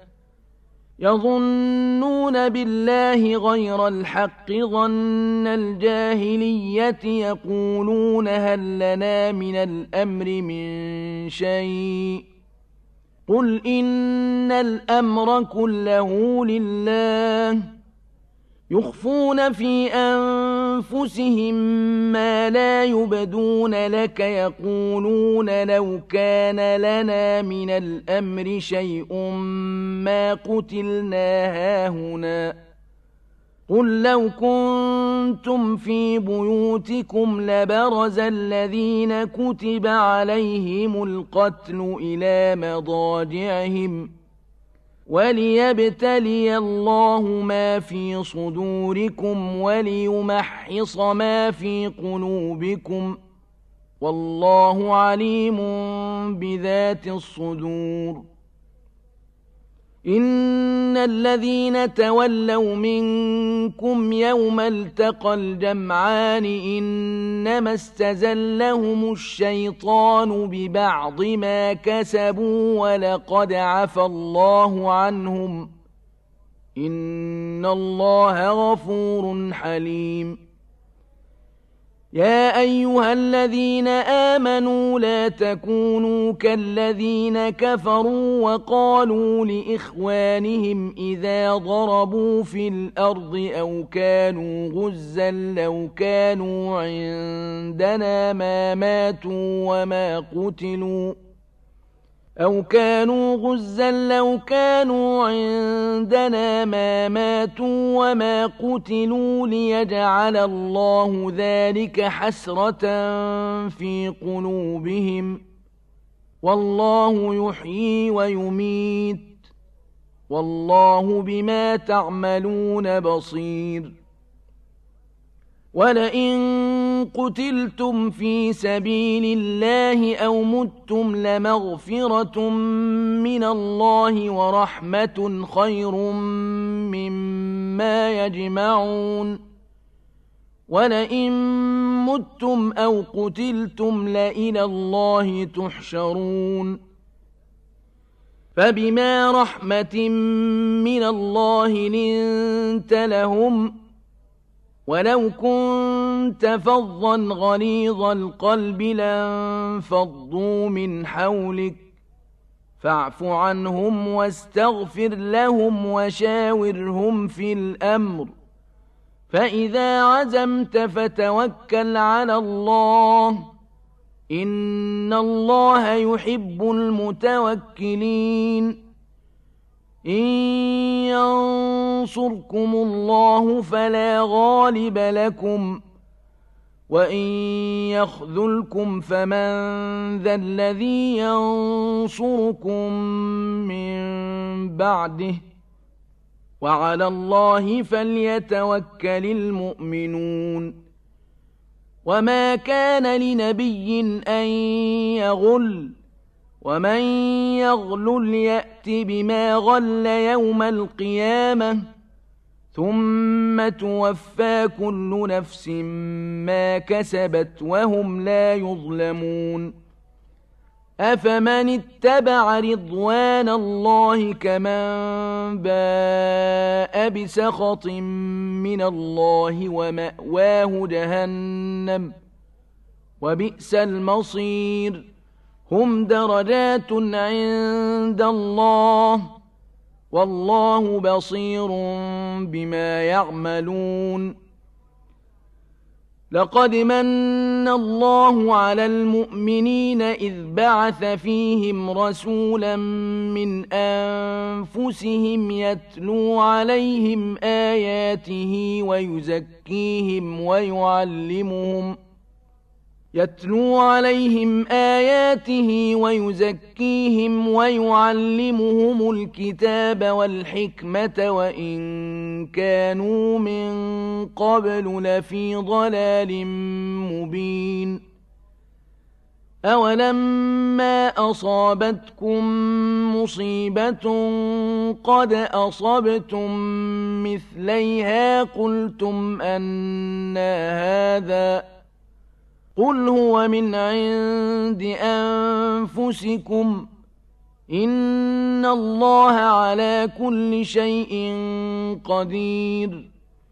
يظنون بالله غير الحق ظن الجاهلية يقولون هل لنا من الأمر من شيء قل إن الأمر كله لله يخفون في أنفسهم ما لا يبدون لك يقولون لو كان لنا من الأمر شيء ما قتلنا هاهنا قل لو كنتم في بيوتكم لبرز الذين كتب عليهم القتل إلى مضاجعهم وليبتلي الله ما في صدوركم وليمحص ما في قلوبكم والله عليم بذات الصدور إن الذين تولوا منكم يوم التقى الجمعان إنما استزلهم الشيطان ببعض ما كسبوا ولقد عفى الله عنهم إن الله غفور حليم يا أيها الذين آمنوا لا تكونوا كالذين كفروا وقالوا لإخوانهم إذا ضربوا في الأرض أو كانوا غزا لو كانوا عندنا ما ماتوا وما قتلوا أو كانوا غزا لو كانوا عندنا ما ماتوا وما قتلوا ليجعل الله ذلك حسرة في قلوبهم والله يحيي ويميت والله بما تعملون بصير ولئن قتلتم في سبيل الله أو متم لمغفرة من الله ورحمة خير مما يجمعون ولئن متم أو قتلتم لإلى الله تحشرون فبما رحمة من الله لنت لهم ولو كنت فظا غليظ القلب لانفضوا من حولك فاعف عنهم واستغفر لهم وشاورهم في الأمر فإذا عزمت فتوكل على الله إن الله يحب المتوكلين إن ينصركم الله فلا غالب لكم وإن يخذلكم فمن ذا الذي ينصركم من بعده وعلى الله فليتوكل المؤمنون وما كان لنبي أن يغل ومن يغلل يأت بما غل يوم القيامة ثم توفى كل نفس ما كسبت وهم لا يظلمون أفمن اتبع رضوان الله كمن باء بسخط من الله ومأواه جهنم وبئس المصير هم درجات عند الله والله بصير بما يعملون لقد من الله على المؤمنين إذ بعث فيهم رسولا من أنفسهم يتلو عليهم آياته ويزكيهم ويعلمهم يتلو عليهم آياته ويزكيهم ويعلمهم الكتاب والحكمة وإن كانوا من قبل لفي ضلال مبين أولما أصابتكم مصيبة قد أصبتم مثليها قلتم أنى هذا قل هو من عند أنفسكم إن الله على كل شيء قدير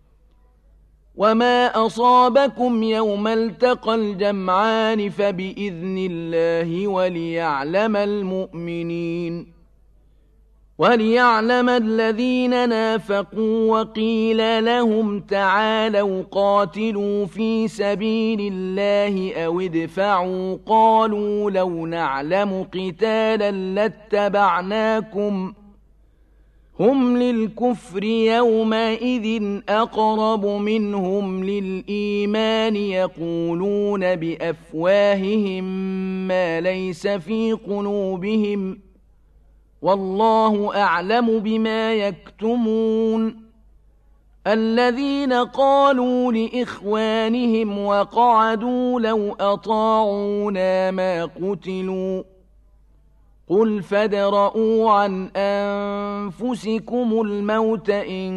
وما أصابكم يوم التقى الجمعان فبإذن الله وليعلم المؤمنين وليعلم الذين نافقوا وقيل لهم تعالوا قاتلوا في سبيل الله أو ادفعوا قالوا لو نعلم قتالا لاتبعناكم هم للكفر يومئذ أقرب منهم للإيمان يقولون بأفواههم ما ليس في قلوبهم والله أعلم بما يكتمون الذين قالوا لإخوانهم وقعدوا لو أطاعونا ما قتلوا قل فادرءوا عن أنفسكم الموت إن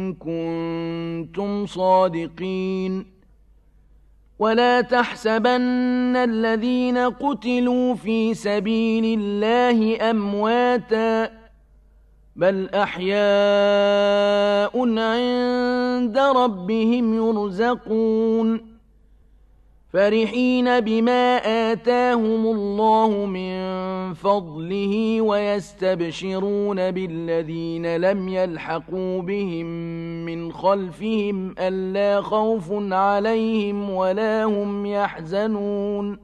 كنتم صادقين ولا تحسبن الذين قتلوا في سبيل الله أمواتا بل أحياء عند ربهم يرزقون فرحين بما آتاهم الله من فضله ويستبشرون بالذين لم يلحقوا بهم من خلفهم ألا خوف عليهم ولا هم يحزنون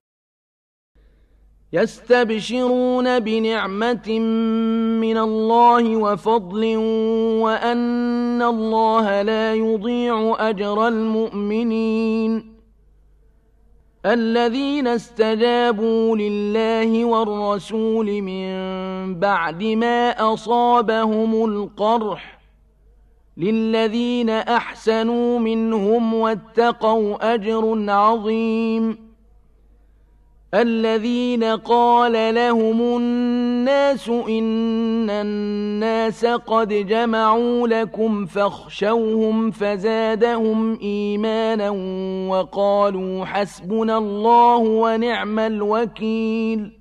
يستبشرون بنعمة من الله وفضل وأن الله لا يضيع أجر المؤمنين الذين استجابوا لله والرسول من بعد ما أصابهم القرح للذين أحسنوا منهم واتقوا أجر عظيم الذين قال لهم الناس إن الناس قد جمعوا لكم فاخشوهم فزادهم إيمانا وقالوا حسبنا الله ونعم الوكيل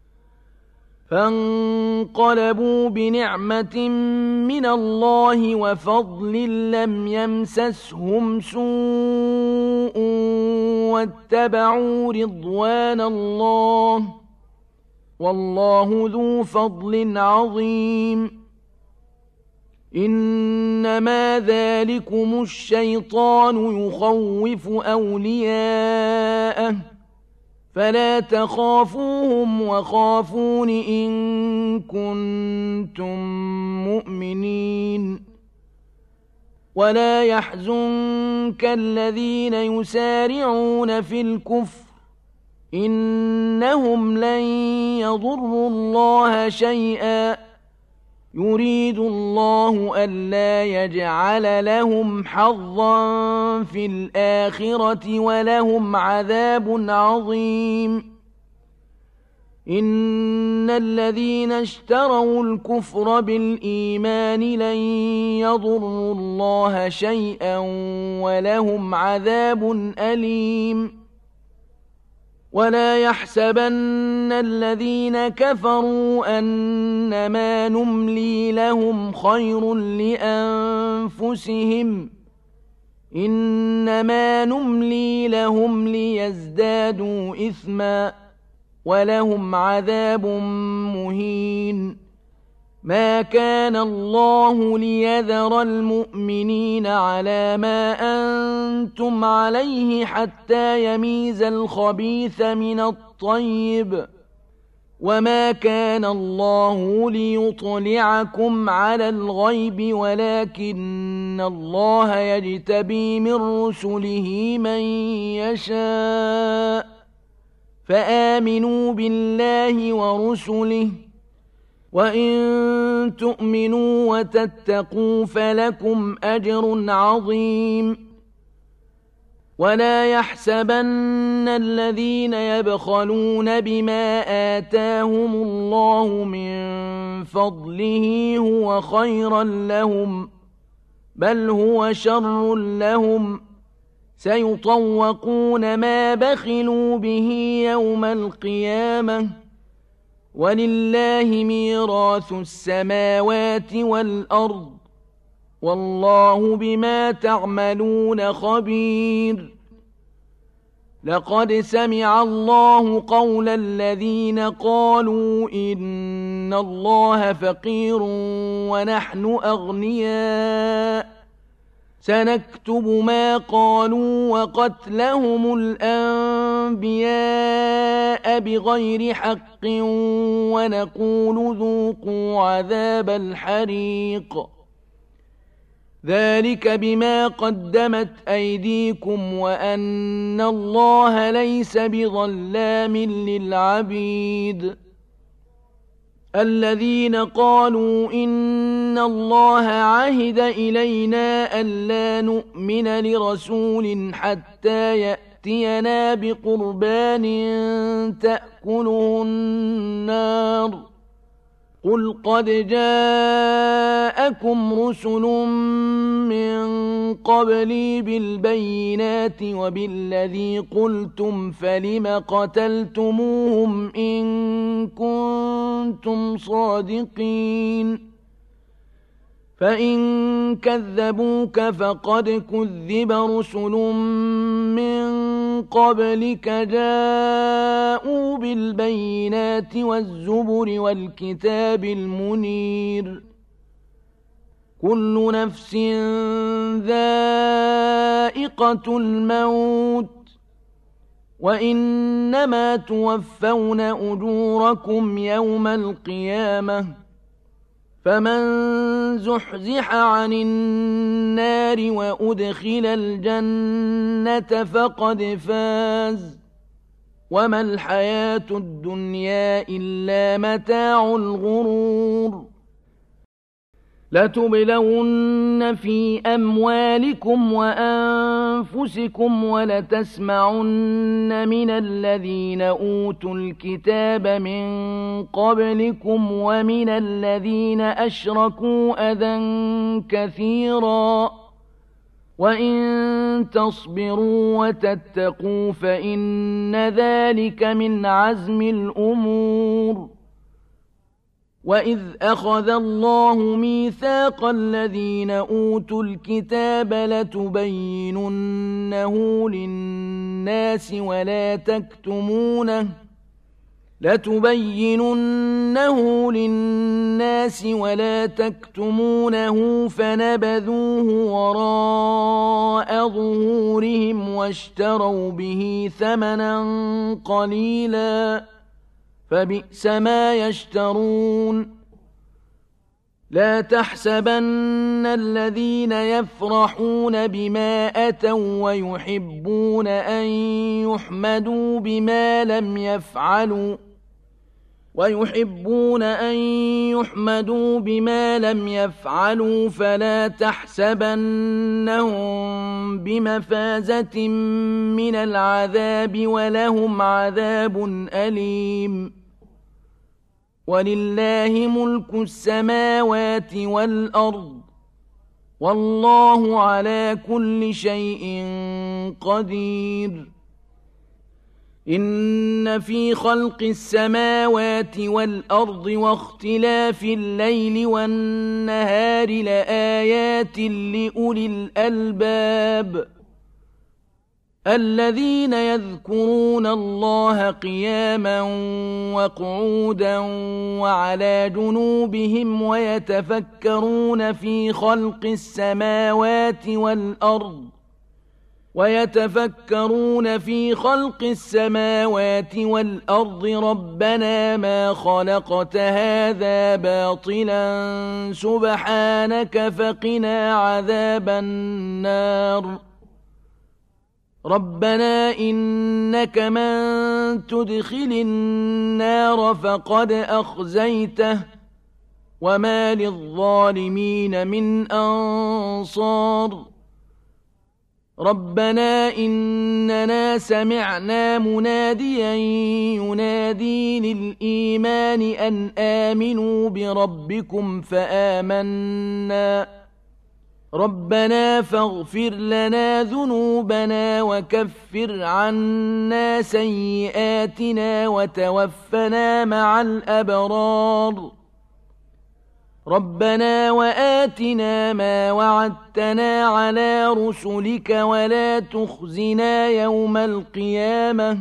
فانقلبوا بنعمة من الله وفضل لم يمسسهم سوء واتبعوا رضوان الله والله ذو فضل عظيم إنما ذلكم الشيطان يخوف أولياءه فلا تخافوهم وخافون إن كنتم مؤمنين ولا يحزنك الذين يسارعون في الكفر إنهم لن يضروا الله شيئا يريد الله ألا يجعل لهم حظا في الآخرة ولهم عذاب عظيم إن الذين اشتروا الكفر بالإيمان لن يضروا الله شيئا ولهم عذاب أليم ولا يحسبن الذين كفروا أنما نملي لهم خير لأنفسهم إنما نملي لهم ليزدادوا إثما ولهم عذاب مهين ما كان الله ليذر المؤمنين على ما أنتم عليه حتى يميز الخبيث من الطيب وما كان الله ليطلعكم على الغيب ولكن الله يجتبي من رسله من يشاء فآمنوا بالله ورسله وإن تؤمنوا وتتقوا فلكم أجر عظيم ولا يحسبن الذين يبخلون بما آتاهم الله من فضله هو خيرا لهم، بل هو شر لهم، سيطوقون ما بخلوا به يوم القيامة، ولله ميراث السماوات والأرض، والله بما تعملون خبير. لقد سمع الله قول الذين قالوا إن الله فقير ونحن أغنياء، سنكتب ما قالوا وقتلهم الأنبياء بغير حق، ونقول ذوقوا عذاب الحريق، ذلك بما قدمت أيديكم وأن الله ليس بظلام للعبيد. الذين قالوا إن الله عهد إلينا ألا نؤمن لرسول حتى يأتينا بقربان تأكله النار، قل قد جاءكم رسل من قبلي بالبينات وبالذي قلتم فلم قتلتموهم إن كنتم صادقين، فإن كذبوك فقد كذب رسل من قبلك جاءوا بالبينات والزبر والكتاب المنير، كل نفس ذائقة الموت، وإنما توفون أجوركم يوم القيامة، فمن زحزح عن النار وأدخل الجنة فقد فاز، وما الحياة الدنيا إلا متاع الغرور. لتبلون في أموالكم وأنفسكم ولتسمعن من الذين أوتوا الكتاب من قبلكم ومن الذين أشركوا أذى كثيرا، وإن تصبروا وتتقوا فإن ذلك من عزم الأمور. وإذ أخذ الله ميثاق الذين أوتوا الكتاب لتبيننه للناس ولا تكتمونه لتبيننه للناس ولا تكتمونه فنبذوه وراء ظهورهم واشتروا به ثمنا قليلا، فبئس ما يشترون. لا تحسبن الذين يفرحون بما أتوا ويحبون أن يحمدوا بما لم يفعلوا ويحبون أن يحمدوا بما لم يفعلوا فلا تحسبنهم بمفازة من العذاب ولهم عذاب أليم. ولله ملك السماوات والأرض، والله على كل شيء قدير. إن في خلق السماوات والأرض واختلاف الليل والنهار لآيات لأولي الألباب، الذين يذكرون الله قياما وقعودا وعلى جنوبهم ويتفكرون في خلق السماوات والأرض ويتفكرون في خلق السماوات والأرض ربنا ما خلقت هذا باطلا سبحانك فقنا عذاب النار. ربنا إنك من تدخل النار فقد أخزيته وما للظالمين من أنصار. ربنا إننا سمعنا مناديا ينادي للإيمان أن آمنوا بربكم فآمنا ربنا فاغفر لنا ذنوبنا وكفر عنا سيئاتنا وتوفنا مع الأبرار ربنا وآتنا ما وعدتنا على رسلك ولا تخزنا يوم القيامة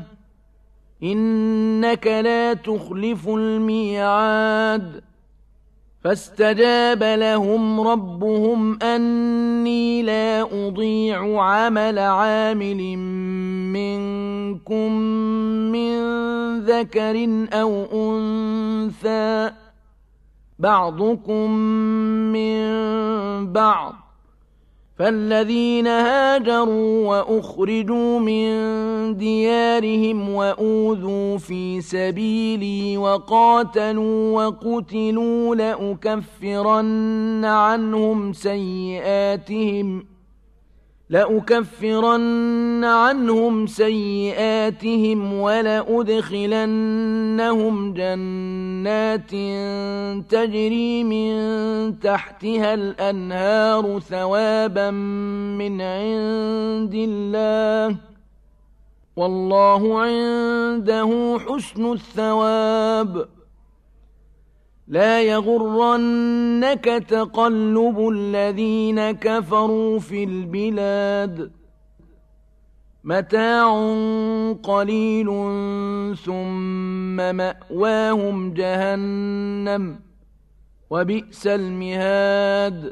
إنك لا تخلف الميعاد فاستجاب لهم ربهم أني لا أضيع عمل عامل منكم من ذكر أو أنثى بعضكم من بعض فالذين هاجروا وأخرجوا من ديارهم وأوذوا في سبيلي وقاتلوا وقتلوا لأكفرن عنهم سيئاتهم لأكفرن عنهم سيئاتهم ولأدخلنهم جنات تجري من تحتها الأنهار ثوابا من عند الله والله عنده حسن الثواب لا يغرنك تقلب الذين كفروا في البلاد متاع قليل ثم مأواهم جهنم وبئس المهاد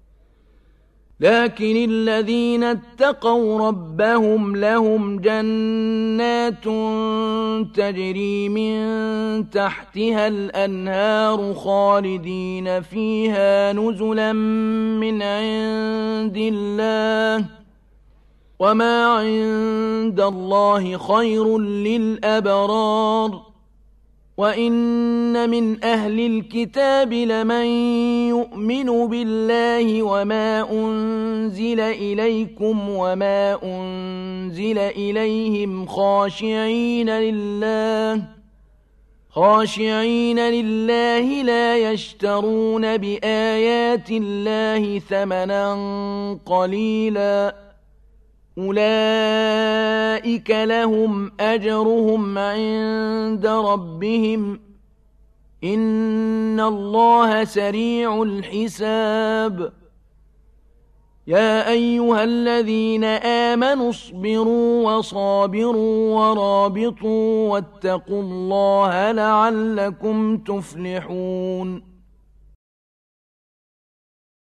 لكن الذين اتقوا ربهم لهم جنات تجري من تحتها الأنهار خالدين فيها نزلا من عند الله وما عند الله خير للأبرار وإن من أهل الكتاب لمن يؤمن بالله وما أنزل إليكم وما أنزل إليهم خاشعين لله خاشعين لله لا يشترون بآيات الله ثمنا قليلا أولئك لهم أجرهم عند ربهم إن الله سريع الحساب يا أيها الذين آمنوا اصبروا وصابروا ورابطوا واتقوا الله لعلكم تفلحون